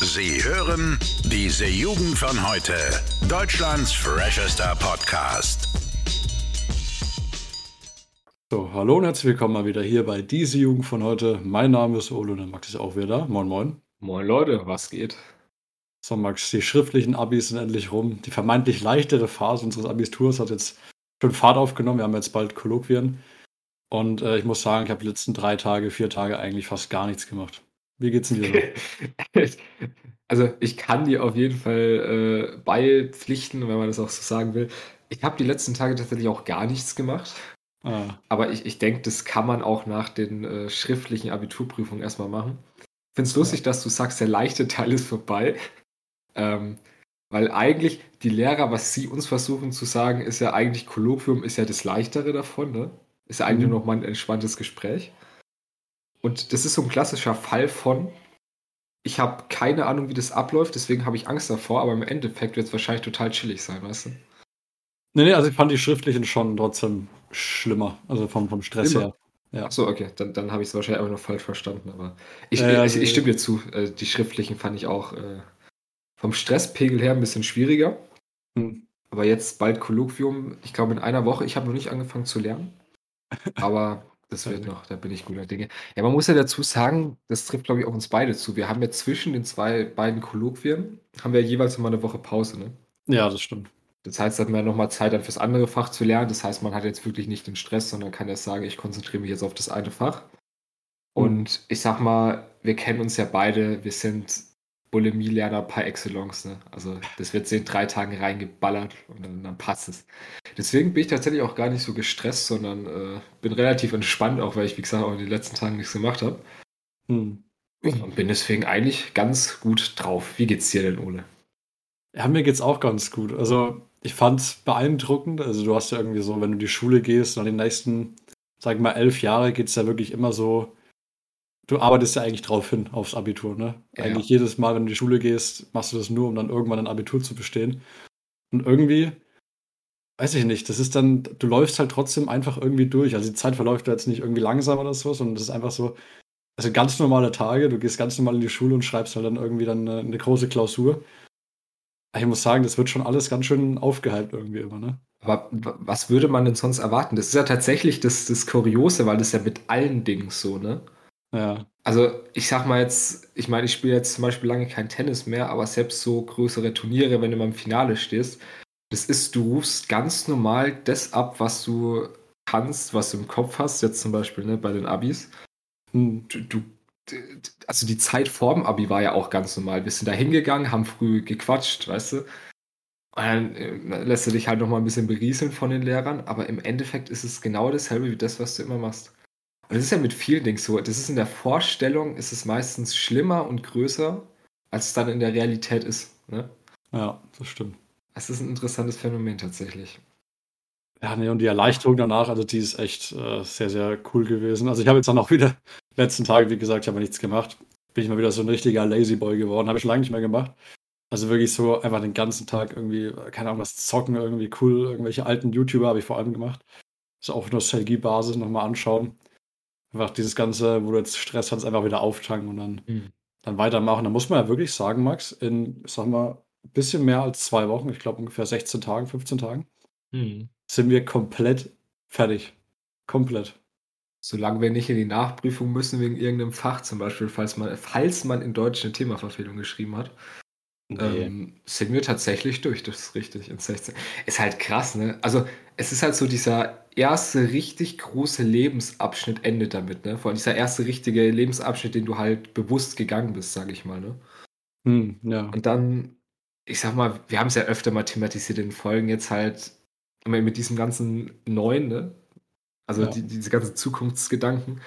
Sie hören diese Jugend von heute. Deutschlands freshester Podcast. So, hallo und herzlich willkommen mal wieder hier bei diese Jugend von heute. Mein Name ist Ole und der Max ist auch wieder da. Moin, moin. Moin Leute, was geht? So, Max, die schriftlichen Abis sind endlich rum. Die vermeintlich leichtere Phase unseres Abiturs hat jetzt schon Fahrt aufgenommen. Wir haben jetzt bald Kolloquien. Und ich muss sagen, ich habe die letzten 3 Tage, 4 Tage eigentlich fast gar nichts gemacht. Wie geht's denn dir so? Also ich kann dir auf jeden Fall beipflichten, wenn man das auch so sagen will. Ich habe die letzten Tage tatsächlich auch gar nichts gemacht. Aber ich denke, das kann man auch nach den schriftlichen Abiturprüfungen erstmal machen. Ich finde es lustig, dass du sagst, der leichte Teil ist vorbei. Weil eigentlich die Lehrer, was sie uns versuchen zu sagen, ist ja eigentlich, Kolloquium ist ja das Leichtere davon, ne? Ist ja eigentlich nur noch mal ein entspanntes Gespräch. Und das ist so ein klassischer Fall von, ich habe keine Ahnung, wie das abläuft, deswegen habe ich Angst davor, aber im Endeffekt wird es wahrscheinlich total chillig sein, weißt du? Nee, also ich fand die schriftlichen schon trotzdem schlimmer. Also vom Stress Immer. her. Ja. Achso, okay, dann habe ich es wahrscheinlich auch noch falsch verstanden, aber ich also- stimme dir zu. Die schriftlichen fand ich auch vom Stresspegel her ein bisschen schwieriger. Hm. Aber jetzt bald Kolloquium, ich glaube in einer Woche. Ich habe noch nicht angefangen zu lernen, aber das wird noch, da bin ich guter Dinge. Ja, man muss ja dazu sagen, das trifft, glaube ich, auch uns beide zu. Wir haben ja zwischen den beiden Kolloquien, haben wir jeweils immer eine Woche Pause, ne? Ja, das stimmt. Das heißt, da hat man ja nochmal Zeit, dann fürs andere Fach zu lernen. Das heißt, man hat jetzt wirklich nicht den Stress, sondern kann erst sagen, ich konzentriere mich jetzt auf das eine Fach. Und ich sag mal, wir kennen uns ja beide, wir sind Bulimie-Lerner par excellence, ne? Also das wird in 3 Tagen reingeballert und dann passt es. Deswegen bin ich tatsächlich auch gar nicht so gestresst, sondern bin relativ entspannt, auch weil ich, wie gesagt, auch in den letzten Tagen nichts gemacht habe. Und bin deswegen eigentlich ganz gut drauf. Wie geht's dir denn, Ole? Ja, mir geht's auch ganz gut. Also ich fand's beeindruckend. Also du hast ja irgendwie so, wenn du in die Schule gehst, und die nächsten, sag ich mal, 11 Jahre geht's ja wirklich immer so, du arbeitest ja eigentlich drauf hin, aufs Abitur, ne? Ja. Eigentlich jedes Mal, wenn du in die Schule gehst, machst du das nur, um dann irgendwann ein Abitur zu bestehen. Und irgendwie, weiß ich nicht, das ist dann, du läufst halt trotzdem einfach irgendwie durch. Also die Zeit verläuft ja jetzt nicht irgendwie langsam oder so, sondern das ist einfach so, also ganz normale Tage, du gehst ganz normal in die Schule und schreibst halt dann irgendwie dann eine große Klausur. Ich muss sagen, das wird schon alles ganz schön aufgehypt irgendwie immer, ne? Aber was würde man denn sonst erwarten? Das ist ja tatsächlich das Kuriose, weil das ja mit allen Dingen so, ne? Ja. Also ich sag mal jetzt, ich meine, ich spiele jetzt zum Beispiel lange kein Tennis mehr, aber selbst so größere Turniere, wenn du mal im Finale stehst, das ist, du rufst ganz normal das ab, was du kannst, was du im Kopf hast, jetzt zum Beispiel, ne, bei den Abis. Also die Zeit vorm Abi war ja auch ganz normal. Wir sind da hingegangen, haben früh gequatscht, weißt du? Und dann lässt du dich halt nochmal ein bisschen berieseln von den Lehrern, aber im Endeffekt ist es genau dasselbe wie das, was du immer machst. Und das ist ja mit vielen Dingen so. Das ist in der Vorstellung, ist es meistens schlimmer und größer, als es dann in der Realität ist. Ne? Ja, das stimmt. Das ist ein interessantes Phänomen tatsächlich. Ja, nee, und die Erleichterung danach, also die ist echt sehr, sehr cool gewesen. Also ich habe jetzt dann auch wieder letzten Tage, wie gesagt, ich habe nichts gemacht. Bin ich mal wieder so ein richtiger Lazyboy geworden. Habe ich schon lange nicht mehr gemacht. Also wirklich so einfach den ganzen Tag irgendwie, keine Ahnung, was zocken, irgendwie cool. Irgendwelche alten YouTuber habe ich vor allem gemacht. So auf Nostalgie-Basis nochmal anschauen. Einfach dieses Ganze, wo du jetzt Stress hast, einfach wieder auftanken und dann weitermachen. Da muss man ja wirklich sagen, Max, in, sagen wir, ein bisschen mehr als 2 Wochen, ich glaube ungefähr 16 Tagen, 15 Tagen, sind wir komplett fertig. Komplett. Solange wir nicht in die Nachprüfung müssen wegen irgendeinem Fach, zum Beispiel, falls man in Deutsch eine Themaverfehlung geschrieben hat, sind wir tatsächlich durch, das ist richtig, in 16. Ist halt krass, ne? Also, es ist halt so dieser erste richtig große Lebensabschnitt endet damit, ne? Vor allem dieser erste richtige Lebensabschnitt, den du halt bewusst gegangen bist, sage ich mal, ne? Ja. Und dann, ich sag mal, wir haben es ja öfter mal thematisiert in Folgen, jetzt halt immer mit diesem ganzen Neuen, ne? Also Ja. diese ganzen Zukunftsgedanken,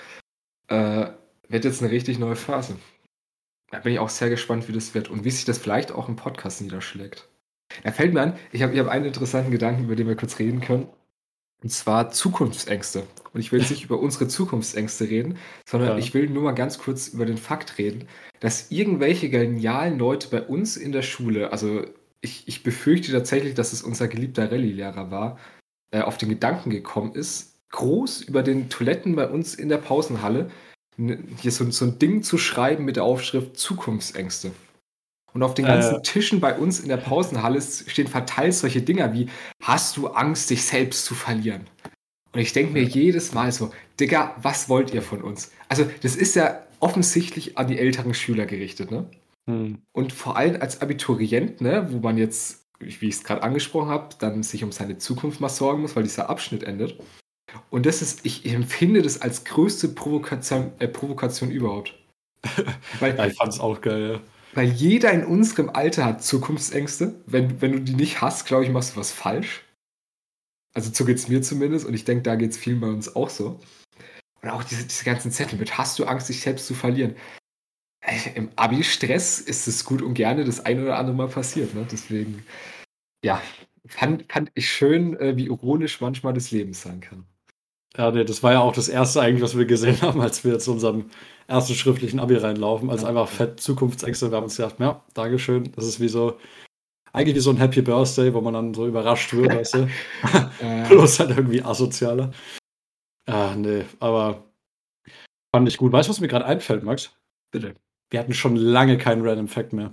wird jetzt eine richtig neue Phase. Da bin ich auch sehr gespannt, wie das wird und wie sich das vielleicht auch im Podcast niederschlägt. Da fällt mir an, ich hab einen interessanten Gedanken, über den wir kurz reden können. Und zwar Zukunftsängste. Und ich will jetzt nicht über unsere Zukunftsängste reden, sondern ich will nur mal ganz kurz über den Fakt reden, dass irgendwelche genialen Leute bei uns in der Schule, also ich befürchte tatsächlich, dass es unser geliebter Rallye-Lehrer war, auf den Gedanken gekommen ist, groß über den Toiletten bei uns in der Pausenhalle hier so ein Ding zu schreiben mit der Aufschrift Zukunftsängste. Und auf den ganzen Tischen bei uns in der Pausenhalle stehen verteilt solche Dinger wie: Hast du Angst, dich selbst zu verlieren? Und ich denke mir jedes Mal so: Digga, was wollt ihr von uns? Also, das ist ja offensichtlich an die älteren Schüler gerichtet, ne? Und vor allem als Abiturient, ne, wo man jetzt, wie ich es gerade angesprochen habe, dann sich um seine Zukunft mal sorgen muss, weil dieser Abschnitt endet. Und ich empfinde das als größte Provokation überhaupt. Ich fand es auch geil, ja. Weil jeder in unserem Alter hat Zukunftsängste. Wenn du die nicht hast, glaube ich, machst du was falsch. Also so geht es mir zumindest. Und ich denke, da geht es vielen bei uns auch so. Und auch diese ganzen Zettel mit: Hast du Angst, dich selbst zu verlieren? Im Abi-Stress ist es gut und gerne das ein oder andere Mal passiert. Ne? Deswegen, ja, fand ich schön, wie ironisch manchmal das Leben sein kann. Ja, nee, das war ja auch das Erste eigentlich, was wir gesehen haben, als wir zu unserem ersten schriftlichen Abi reinlaufen. Also einfach fett Zukunftsängste. Wir haben uns gedacht, ja, Dankeschön. Das ist eigentlich wie so ein Happy Birthday, wo man dann so überrascht wird, weißt du? Bloß halt irgendwie asozialer. Nee, aber fand ich gut. Weißt du, was mir gerade einfällt, Max? Bitte. Wir hatten schon lange keinen Random Fact mehr.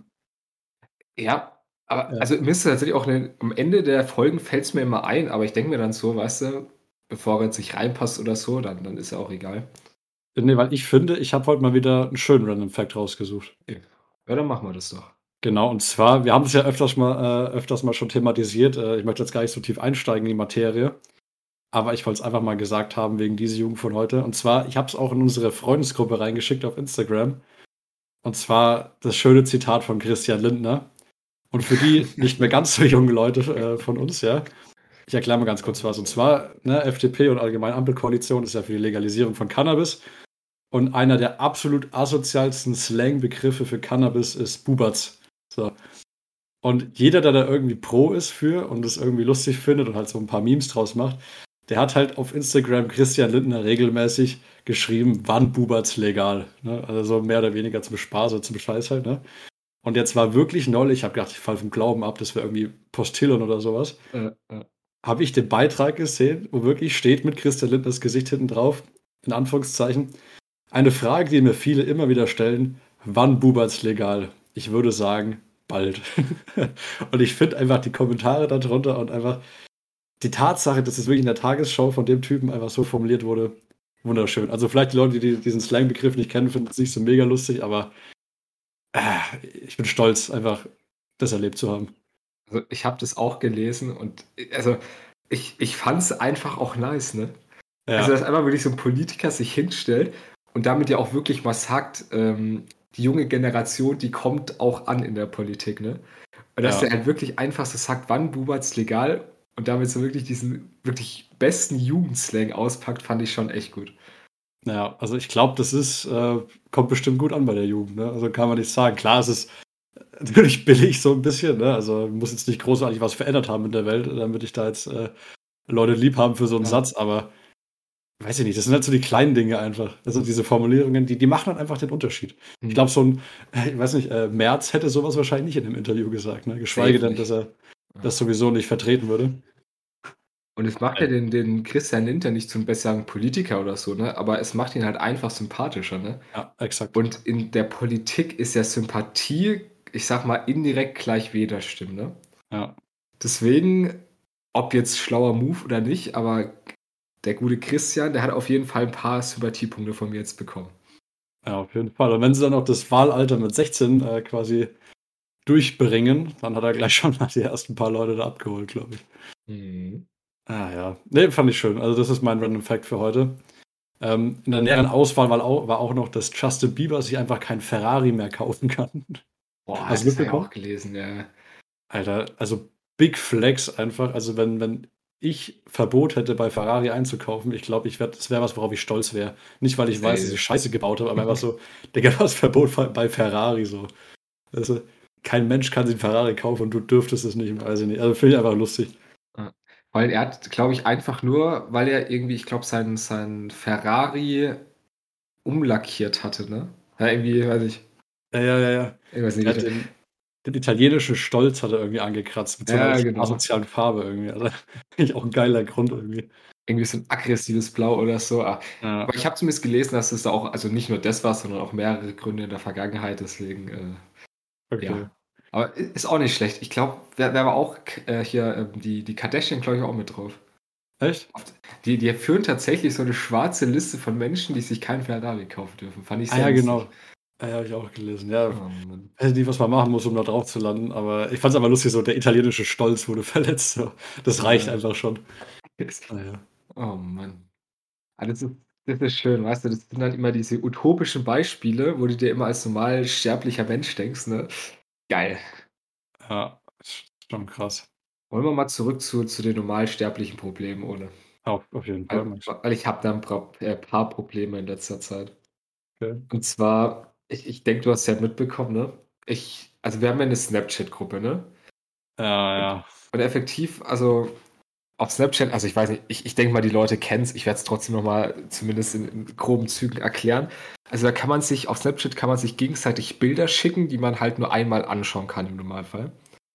Ja, aber also mir ist tatsächlich auch am Ende der Folgen fällt es mir immer ein, aber ich denke mir dann so, weißt du, bevor er jetzt nicht reinpasst oder so, dann ist ja auch egal. Nee, weil ich finde, ich habe heute mal wieder einen schönen Random Fact rausgesucht. Ja, dann machen wir das doch. Genau, und zwar, wir haben es ja öfters mal schon thematisiert. Ich möchte jetzt gar nicht so tief einsteigen in die Materie, aber ich wollte es einfach mal gesagt haben wegen dieser Jugend von heute. Und zwar, ich habe es auch in unsere Freundesgruppe reingeschickt auf Instagram. Und zwar das schöne Zitat von Christian Lindner. Und für die nicht mehr ganz so jungen Leute von uns, ja. Ich erkläre mal ganz kurz was. Und zwar, ne, FDP und allgemein Ampelkoalition ist ja für die Legalisierung von Cannabis. Und einer der absolut asozialsten Slang-Begriffe für Cannabis ist Bubatz. So. Und jeder, der da irgendwie pro ist für und es irgendwie lustig findet und halt so ein paar Memes draus macht, der hat halt auf Instagram Christian Lindner regelmäßig geschrieben, wann Bubatz legal. Ne? Also so mehr oder weniger zum Spaß oder zum Scheiß halt. Ne? Und jetzt war wirklich neulich, ich habe gedacht, ich falle vom Glauben ab, das wäre irgendwie Postillon oder sowas. Habe ich den Beitrag gesehen, wo wirklich steht mit Christian Lindners Gesicht hinten drauf, in Anführungszeichen, eine Frage, die mir viele immer wieder stellen: Wann Bubatz legal? Ich würde sagen, bald. Und ich finde einfach die Kommentare darunter und einfach die Tatsache, dass es wirklich in der Tagesschau von dem Typen einfach so formuliert wurde, wunderschön. Also vielleicht die Leute, die diesen Slang-Begriff nicht kennen, finden es nicht so mega lustig, aber ich bin stolz, einfach das erlebt zu haben. Also ich habe das auch gelesen und also ich fand es einfach auch nice, ne? Ja. Also dass einfach wirklich so ein Politiker sich hinstellt und damit ja auch wirklich mal sagt, die junge Generation, die kommt auch an in der Politik, ne? Und dass der halt wirklich einfach so sagt, wann Bubatz legal, und damit so wirklich diesen wirklich besten Jugendslang auspackt, fand ich schon echt gut. Ja, also ich glaube, das kommt bestimmt gut an bei der Jugend, ne? Also kann man nicht sagen. Klar, es ist natürlich billig so ein bisschen, ne? Also muss jetzt nicht großartig was verändert haben in der Welt, damit ich da jetzt Leute lieb haben für so einen Satz, aber weiß ich nicht, das sind halt so die kleinen Dinge einfach. Also diese Formulierungen, die machen halt einfach den Unterschied. Ich glaube, so ein, ich weiß nicht, Merz hätte sowas wahrscheinlich nicht in einem Interview gesagt, ne? Geschweige denn, dass er das sowieso nicht vertreten würde. Und es macht ja den Christian Lindner nicht zum besseren Politiker oder so, ne? Aber es macht ihn halt einfach sympathischer, ne? Ja, exakt. Und in der Politik ist ja Sympathie, ich sag mal, indirekt gleich Wählerstimmen, ne? Ja. Deswegen, ob jetzt schlauer Move oder nicht, aber der gute Christian, der hat auf jeden Fall ein paar Sympathiepunkte von mir jetzt bekommen. Ja, auf jeden Fall. Und wenn sie dann auch das Wahlalter mit 16 quasi durchbringen, dann hat er gleich schon mal die ersten paar Leute da abgeholt, glaube ich. Mhm. Ja. Nee, fand ich schön. Also das ist mein Random Fact für heute. In der näheren Auswahl war auch noch, dass Justin Bieber sich einfach kein Ferrari mehr kaufen kann. Boah, hast du das auch gelesen, ja. Alter, also Big Flex einfach. Also wenn ich Verbot hätte, bei Ferrari einzukaufen, ich glaube, das wäre was, worauf ich stolz wäre. Nicht, weil ich weiß, dass ich Scheiße gebaut habe, aber einfach so, Digga, was Verbot bei Ferrari so. Also, kein Mensch kann sich ein Ferrari kaufen und du dürftest es nicht, weiß ich nicht. Also finde ich einfach lustig. Weil er hat, glaube ich, einfach nur, weil er irgendwie, ich glaube, sein Ferrari umlackiert hatte, ne? Ja, irgendwie, weiß ich. Ja. Irgendwas nicht. Den italienischen Stolz hat er irgendwie angekratzt mit so einer asozialen Farbe irgendwie. Also finde ich auch ein geiler Grund irgendwie. Irgendwie so ein aggressives Blau oder so. Aber ich habe zumindest gelesen, dass es da auch, also nicht nur das war, sondern auch mehrere Gründe in der Vergangenheit, deswegen, okay. Aber ist auch nicht schlecht. Ich glaube, wer aber auch hier, die Kardashian, glaube ich, auch mit drauf. Echt? Die führen tatsächlich so eine schwarze Liste von Menschen, die sich kein Ferrari kaufen dürfen. Fand ich sehr Ja, lustig. genau. Ja, habe ich auch gelesen. Ja, Oh, Mann. weiß nicht, was man machen muss, um da drauf zu landen, aber ich fand es aber lustig, so der italienische Stolz wurde verletzt. So. Das reicht einfach schon. Naja. Oh Mann. Ah, das ist schön, weißt du, das sind dann immer diese utopischen Beispiele, wo du dir immer als normal sterblicher Mensch denkst, ne? Geil. Ja, ist schon krass. Wollen wir mal zurück zu den normalsterblichen Problemen, Ole? Auf jeden Fall, Mensch. Weil ich habe da ein paar Probleme in letzter Zeit. Okay. Und zwar, ich denke, du hast ja mitbekommen, ne? Also wir haben ja eine Snapchat-Gruppe, ne? Ja, ja. Und effektiv, also auf Snapchat, also ich weiß nicht, ich denke mal, die Leute kennen es, ich werde es trotzdem nochmal zumindest in groben Zügen erklären. Also da kann man sich, auf Snapchat kann man sich gegenseitig Bilder schicken, die man halt nur einmal anschauen kann im Normalfall.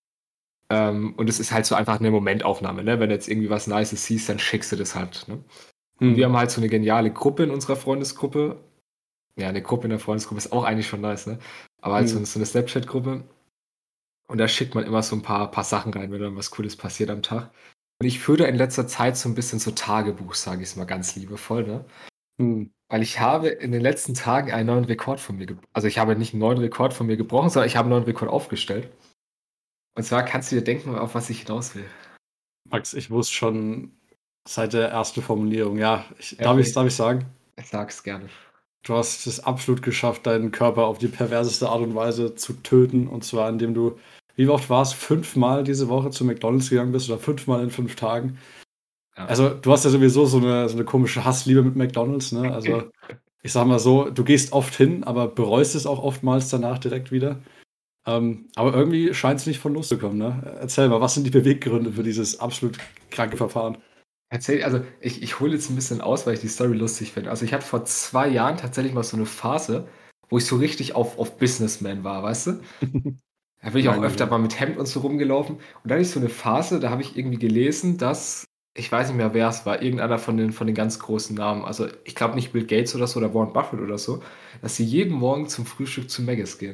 Und es ist halt so einfach eine Momentaufnahme, ne? Wenn du jetzt irgendwie was Nices siehst, dann schickst du das halt, ne? Und wir haben halt so eine geniale Gruppe in unserer Freundesgruppe. Ja, eine Gruppe in der Freundesgruppe ist auch eigentlich schon nice, ne? Aber halt so eine Snapchat-Gruppe. Und da schickt man immer so ein paar Sachen rein, wenn dann was Cooles passiert am Tag. Und ich führe da in letzter Zeit so ein bisschen so Tagebuch, sage ich es mal ganz liebevoll, ne? Weil ich habe in den letzten Tagen einen neuen Rekord von mir also ich habe nicht einen neuen Rekord von mir gebrochen, sondern ich habe einen neuen Rekord aufgestellt. Und zwar kannst du dir denken, auf was ich hinaus will. Max, ich wusste schon seit der ersten Formulierung, ja, darf ich sagen? Ich sag's gerne. Du hast es absolut geschafft, deinen Körper auf die perverseste Art und Weise zu töten. Und zwar, indem du, wie oft war es, 5-mal diese Woche zu McDonald's gegangen bist oder 5-mal in 5 Tagen. Ja. Also, du hast ja sowieso so eine komische Hassliebe mit McDonald's, ne? Also, ich sag mal so, du gehst oft hin, aber bereust es auch oftmals danach direkt wieder. Aber irgendwie scheint es nicht von loszukommen, ne? Erzähl mal, was sind die Beweggründe für dieses absolut kranke Verfahren? Also ich hole jetzt ein bisschen aus, weil ich die Story lustig finde. Also ich hatte vor 2 Jahren tatsächlich mal so eine Phase, wo ich so richtig auf Businessman war, weißt du? Da bin ich auch öfter mal mit Hemd und so rumgelaufen. Und dann hatte ich so eine Phase, da habe ich irgendwie gelesen, dass, ich weiß nicht mehr, wer es war, irgendeiner von den ganz großen Namen, also ich glaube nicht Bill Gates oder so oder Warren Buffett oder so, dass sie jeden Morgen zum Frühstück zu Maggis gehen.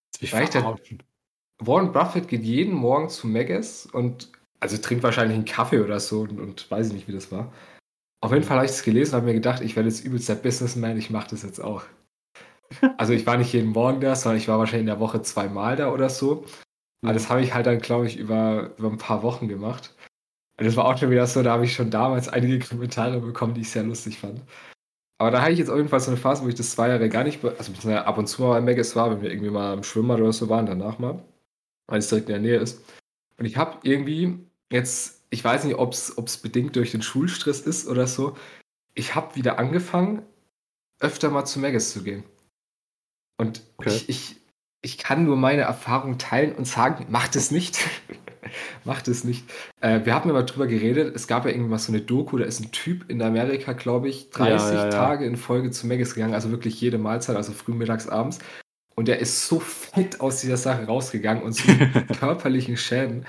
Warren Buffett geht jeden Morgen zu Maggis und also trinkt wahrscheinlich einen Kaffee oder so und weiß ich nicht, wie das war. Auf jeden Fall habe ich es gelesen und habe mir gedacht, ich werde jetzt übelst der Businessman, ich mache das jetzt auch. Also ich war nicht jeden Morgen da, sondern ich war wahrscheinlich in der Woche 2-mal da oder so. Aber das habe ich halt dann, glaube ich, über ein paar Wochen gemacht. Und das war auch schon wieder so, da habe ich schon damals einige Kommentare bekommen, die ich sehr lustig fand. Aber da hatte ich jetzt auf jeden Fall so eine Phase, wo ich das 2 Jahre gar nicht, also ab und zu mal bei Maggis war, wenn wir irgendwie mal im Schwimmbad oder so waren, danach mal, weil es direkt in der Nähe ist. Und ich habe irgendwie jetzt, ich weiß nicht, ob es bedingt durch den Schulstress ist oder so, ich habe wieder angefangen, öfter mal zu Maggis zu gehen. Und ich kann nur meine Erfahrung teilen und sagen, macht es nicht. Macht es nicht. Wir haben ja mal drüber geredet, es gab ja irgendwann so eine Doku, da ist ein Typ in Amerika, glaube ich, 30 Tage in Folge zu Maggis gegangen, also wirklich jede Mahlzeit, also früh, mittags, abends. Und der ist so fett aus dieser Sache rausgegangen und so körperlichen Schäden.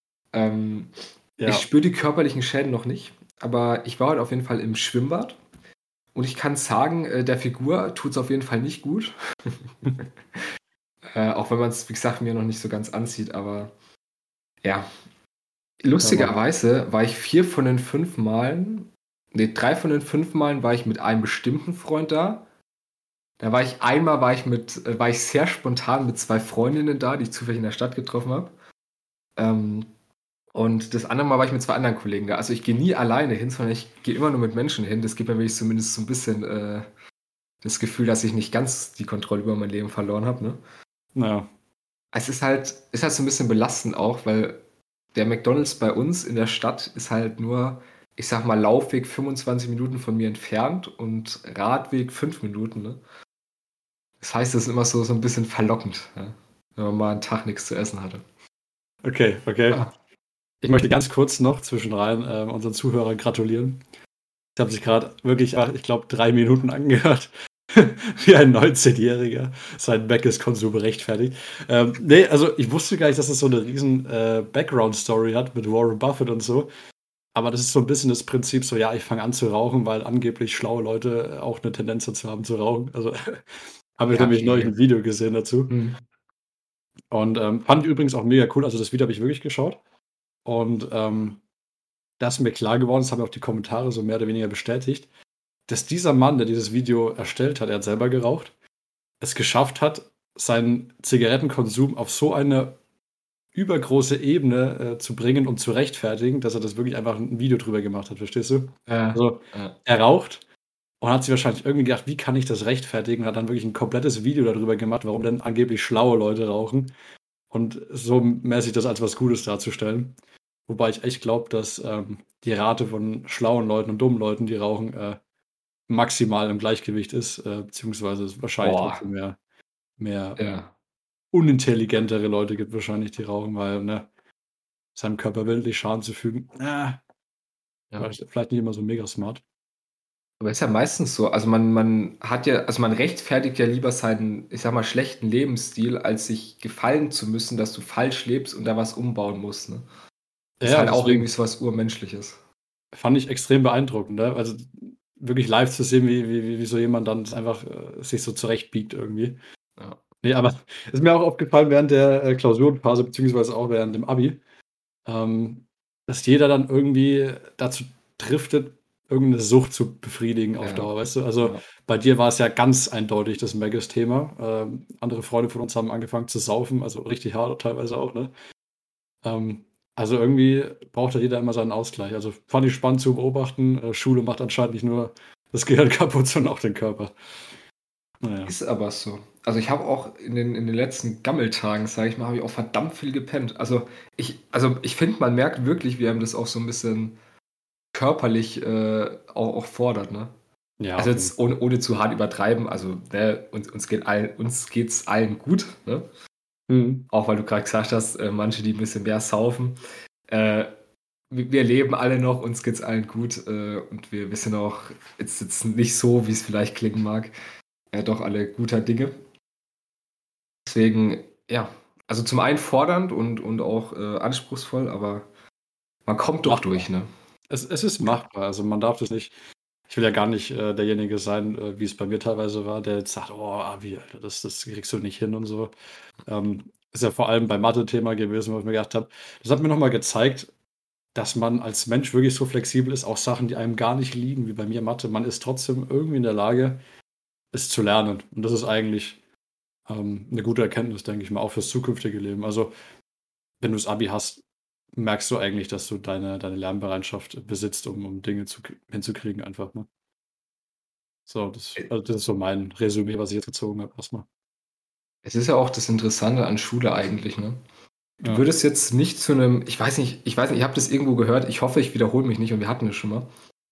Ich spüre die körperlichen Schäden noch nicht, aber ich war halt auf jeden Fall im Schwimmbad. Und ich kann sagen, der Figur tut es auf jeden Fall nicht gut. Auch wenn man es, wie gesagt, mir noch nicht so ganz anzieht, aber ja. Lustigerweise war ich 3 von den 5 Malen war ich mit einem bestimmten Freund da. Da war ich war ich sehr spontan mit 2 Freundinnen da, die ich zufällig in der Stadt getroffen habe. Und das andere Mal war ich mit 2 anderen Kollegen da. Also ich gehe nie alleine hin, sondern ich gehe immer nur mit Menschen hin. Das gibt mir wirklich zumindest so ein bisschen das Gefühl, dass ich nicht ganz die Kontrolle über mein Leben verloren habe. Ne? Ja. Es ist halt so ein bisschen belastend auch, weil der McDonald's bei uns in der Stadt ist halt nur, ich sag mal, Laufweg 25 Minuten von mir entfernt und Radweg 5 Minuten. Ne? Das heißt, es ist immer so ein bisschen verlockend, ja? Wenn man mal einen Tag nichts zu essen hatte. Okay. Ja. Ich möchte ganz kurz noch zwischenrein unseren Zuhörern gratulieren. Ich habe sich gerade wirklich, ich glaube, 3 Minuten angehört, wie ein 19-Jähriger seinen Maggis-Konsum rechtfertigt. Nee, also ich wusste gar nicht, dass es so eine riesen Background-Story hat mit Warren Buffett und so. Aber das ist so ein bisschen das Prinzip so, ja, ich fange an zu rauchen, weil angeblich schlaue Leute auch eine Tendenz dazu haben zu rauchen. Also habe ich nämlich neulich ein Video gesehen dazu. Und fand ich übrigens auch mega cool. Also das Video habe ich wirklich geschaut. Und da ist mir klar geworden, das haben auch die Kommentare so mehr oder weniger bestätigt, dass dieser Mann, der dieses Video erstellt hat, er hat selber geraucht, es geschafft hat, seinen Zigarettenkonsum auf so eine übergroße Ebene zu bringen und zu rechtfertigen, dass er das wirklich einfach ein Video drüber gemacht hat, verstehst du? Also er raucht und hat sich wahrscheinlich irgendwie gedacht, wie kann ich das rechtfertigen? Und hat dann wirklich ein komplettes Video darüber gemacht, warum denn angeblich schlaue Leute rauchen und so mäßig das als was Gutes darzustellen. Wobei ich echt glaube, dass die Rate von schlauen Leuten und dummen Leuten, die rauchen, maximal im Gleichgewicht ist, beziehungsweise es wahrscheinlich trotzdem mehr unintelligentere Leute gibt wahrscheinlich, die rauchen, weil, ne, seinem Körper willentlich Schaden zu fügen, vielleicht nicht immer so mega smart. Aber ist ja meistens so. Also man rechtfertigt ja lieber seinen, ich sag mal, schlechten Lebensstil, als sich gefallen zu müssen, dass du falsch lebst und da was umbauen musst. Ne? Das ist halt auch irgendwie so was Urmenschliches. Fand ich extrem beeindruckend, ne? Also wirklich live zu sehen, wie so jemand dann einfach sich so zurechtbiegt irgendwie. Ja. Nee, aber es ist mir auch aufgefallen während der Klausurenphase, beziehungsweise auch während dem Abi, dass jeder dann irgendwie dazu driftet, irgendeine Sucht zu befriedigen auf Dauer, weißt du? Also bei dir war es ja ganz eindeutig das Maggis-Thema. Andere Freunde von uns haben angefangen zu saufen, also richtig hart teilweise auch, ne? Also irgendwie braucht ja jeder immer seinen Ausgleich. Also fand ich spannend zu beobachten. Schule macht anscheinend nicht nur das Gehirn kaputt, sondern auch den Körper. Naja. Ist aber so. Also ich habe auch in den letzten Gammeltagen, sage ich mal, habe ich auch verdammt viel gepennt. Also ich finde, man merkt wirklich, wie einem das auch so ein bisschen körperlich auch fordert, ne? Ja, also jetzt ohne zu hart übertreiben, also ne, uns geht's allen gut, ne? Auch weil du gerade gesagt hast, manche, die ein bisschen mehr saufen. Wir leben alle noch, uns geht's allen gut und wir sind auch jetzt nicht so, wie es vielleicht klingen mag, doch alle guter Dinge. Deswegen, ja, also zum einen fordernd und auch anspruchsvoll, aber man kommt doch durch, ne? Es ist machbar, also man darf das nicht. Ich will ja gar nicht derjenige sein, wie es bei mir teilweise war, der jetzt sagt, oh, Abi, Alter, das kriegst du nicht hin und so. Ist ja vor allem beim Mathe-Thema gewesen, wo ich mir gedacht habe, das hat mir nochmal gezeigt, dass man als Mensch wirklich so flexibel ist, auch Sachen, die einem gar nicht liegen, wie bei mir Mathe. Man ist trotzdem irgendwie in der Lage, es zu lernen. Und das ist eigentlich eine gute Erkenntnis, denke ich mal, auch fürs zukünftige Leben. Also, wenn du das Abi hast, merkst du eigentlich, dass du deine Lernbereitschaft besitzt, um Dinge hinzukriegen, einfach. Ne? So, das ist so mein Resümee, was ich jetzt gezogen habe, erstmal. Es ist ja auch das Interessante an Schule eigentlich, ne? Du würdest jetzt nicht zu einem, ich weiß nicht, ich habe das irgendwo gehört, ich hoffe, ich wiederhole mich nicht und wir hatten das schon mal.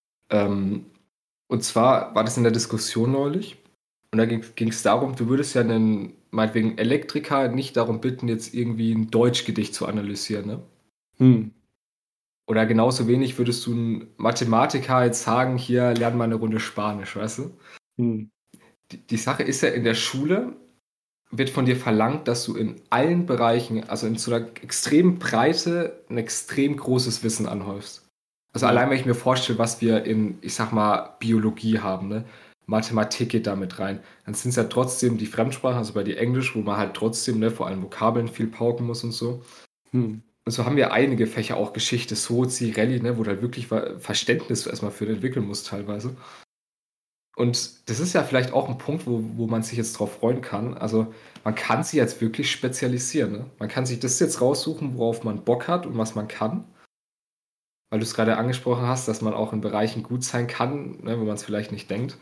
Und zwar war das in der Diskussion neulich und da ging es darum, du würdest ja einen, meinetwegen Elektriker nicht darum bitten, jetzt irgendwie ein Deutschgedicht zu analysieren, ne? Oder genauso wenig würdest du einen Mathematiker jetzt sagen, hier, lern mal eine Runde Spanisch, weißt du? Die Sache ist ja, in der Schule wird von dir verlangt, dass du in allen Bereichen, also in so einer extremen Breite, ein extrem großes Wissen anhäufst. Also allein, wenn ich mir vorstelle, was wir in, ich sag mal, Biologie haben, ne? Mathematik geht da mit rein. Dann sind es ja trotzdem die Fremdsprachen, also bei dir Englisch, wo man halt trotzdem, ne, vor allem Vokabeln viel pauken muss und so. Und so haben wir einige Fächer, auch Geschichte, Sozi, Rallye, ne, wo du halt wirklich Verständnis erstmal für entwickeln musst teilweise. Und das ist ja vielleicht auch ein Punkt, wo man sich jetzt drauf freuen kann. Also man kann sich jetzt wirklich spezialisieren. Ne? Man kann sich das jetzt raussuchen, worauf man Bock hat und was man kann. Weil du es gerade angesprochen hast, dass man auch in Bereichen gut sein kann, ne, wo man es vielleicht nicht denkt.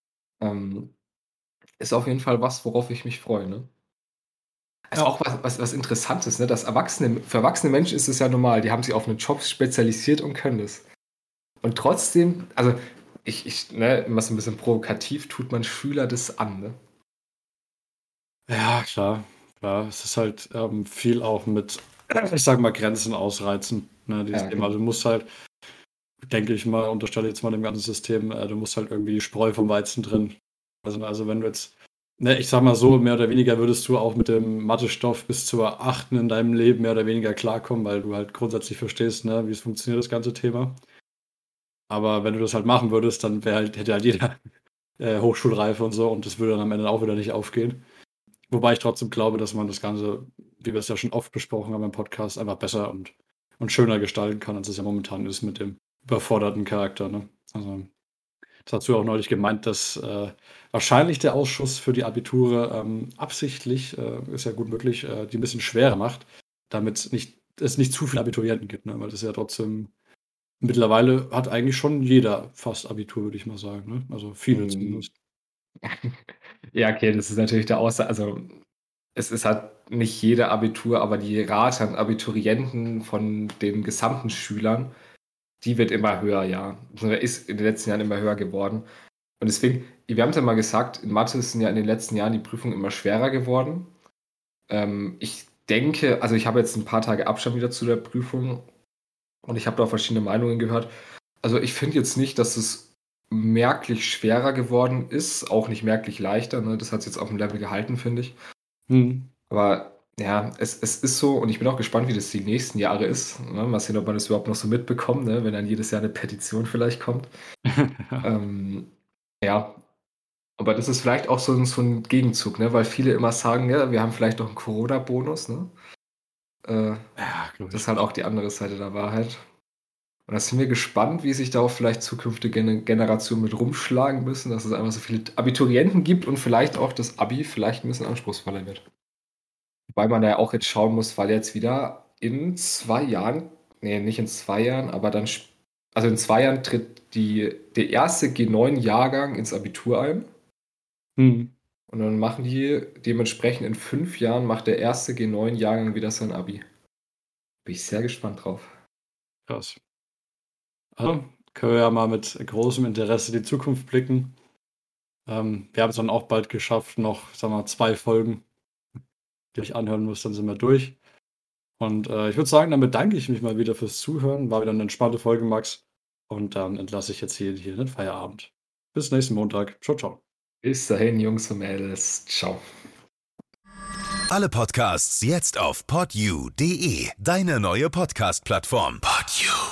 Ist auf jeden Fall was, worauf ich mich freue. Ne? Also auch was Interessantes, ne? Für erwachsene Menschen ist es ja normal. Die haben sich auf einen Job spezialisiert und können das. Und trotzdem, also immer so ein bisschen provokativ, tut man Schüler das an, ne? Ja, klar. Es ist halt viel auch mit, ich sag mal, Grenzen ausreizen, ne, dieses Thema. Also du musst halt, denke ich mal, unterstelle jetzt mal dem ganzen System, du musst halt irgendwie die Spreu vom Weizen trennen. Also wenn du jetzt, ne, ich sag mal so, mehr oder weniger würdest du auch mit dem Mathestoff bis zur 8. in deinem Leben mehr oder weniger klarkommen, weil du halt grundsätzlich verstehst, ne, wie es funktioniert, das ganze Thema. Aber wenn du das halt machen würdest, dann hätte halt jeder Hochschulreife und so und das würde dann am Ende auch wieder nicht aufgehen. Wobei ich trotzdem glaube, dass man das Ganze wie wir es ja schon oft besprochen haben im Podcast, einfach besser und schöner gestalten kann, als es ja momentan ist mit dem überforderten Charakter. Ne? Also, das hast du auch neulich gemeint, dass wahrscheinlich der Ausschuss für die Abiture absichtlich, ist ja gut möglich, die ein bisschen schwerer macht, damit es nicht zu viele Abiturienten gibt, ne? Weil das ja trotzdem mittlerweile hat eigentlich schon jeder fast Abitur, würde ich mal sagen. Ne? Also viele zumindest. Ja, okay, das ist natürlich der Aussage. Also, es ist halt nicht jeder Abitur, aber die Rate an Abiturienten von den gesamten Schülern, die wird immer höher, ja. Oder ist in den letzten Jahren immer höher geworden. Und deswegen, wir haben es ja mal gesagt, in Mathe sind ja in den letzten Jahren die Prüfungen immer schwerer geworden. Ich denke, also ich habe jetzt ein paar Tage Abstand wieder zu der Prüfung und ich habe da auch verschiedene Meinungen gehört. Also ich finde jetzt nicht, dass es merklich schwerer geworden ist, auch nicht merklich leichter. Ne? Das hat es jetzt auf dem Level gehalten, finde ich. Aber ja, es ist so und ich bin auch gespannt, wie das die nächsten Jahre ist. Ne? Mal sehen, ob man das überhaupt noch so mitbekommt, ne? Wenn dann jedes Jahr eine Petition vielleicht kommt. Ja, aber das ist vielleicht auch so ein Gegenzug, ne? Weil viele immer sagen, ja, wir haben vielleicht noch einen Corona-Bonus. Ne? Ja, Das ist halt auch die andere Seite der Wahrheit. Und da sind wir gespannt, wie sich da auch vielleicht zukünftige Generationen mit rumschlagen müssen, dass es einfach so viele Abiturienten gibt und vielleicht auch das Abi vielleicht ein bisschen anspruchsvoller wird. Wobei man da ja auch jetzt schauen muss, weil jetzt wieder in 2 Jahren, nee, nicht in 2 Jahren, aber dann, also in 2 Jahren tritt der erste G9-Jahrgang ins Abitur ein. Und dann machen die dementsprechend in 5 Jahren macht der erste G9-Jahrgang wieder sein Abi. Bin ich sehr gespannt drauf. Krass. Also können wir ja mal mit großem Interesse die Zukunft blicken. Wir haben es dann auch bald geschafft, noch, sagen wir mal, 2 Folgen, die ich anhören muss, dann sind wir durch. Und ich würde sagen, dann bedanke ich mich mal wieder fürs Zuhören. War wieder eine entspannte Folge, Max. Und dann entlasse ich jetzt hier in den Feierabend. Bis nächsten Montag. Ciao, ciao. Bis dahin, Jungs und Mädels. Ciao. Alle Podcasts jetzt auf podyou.de, deine neue Podcast-Plattform. Podyou.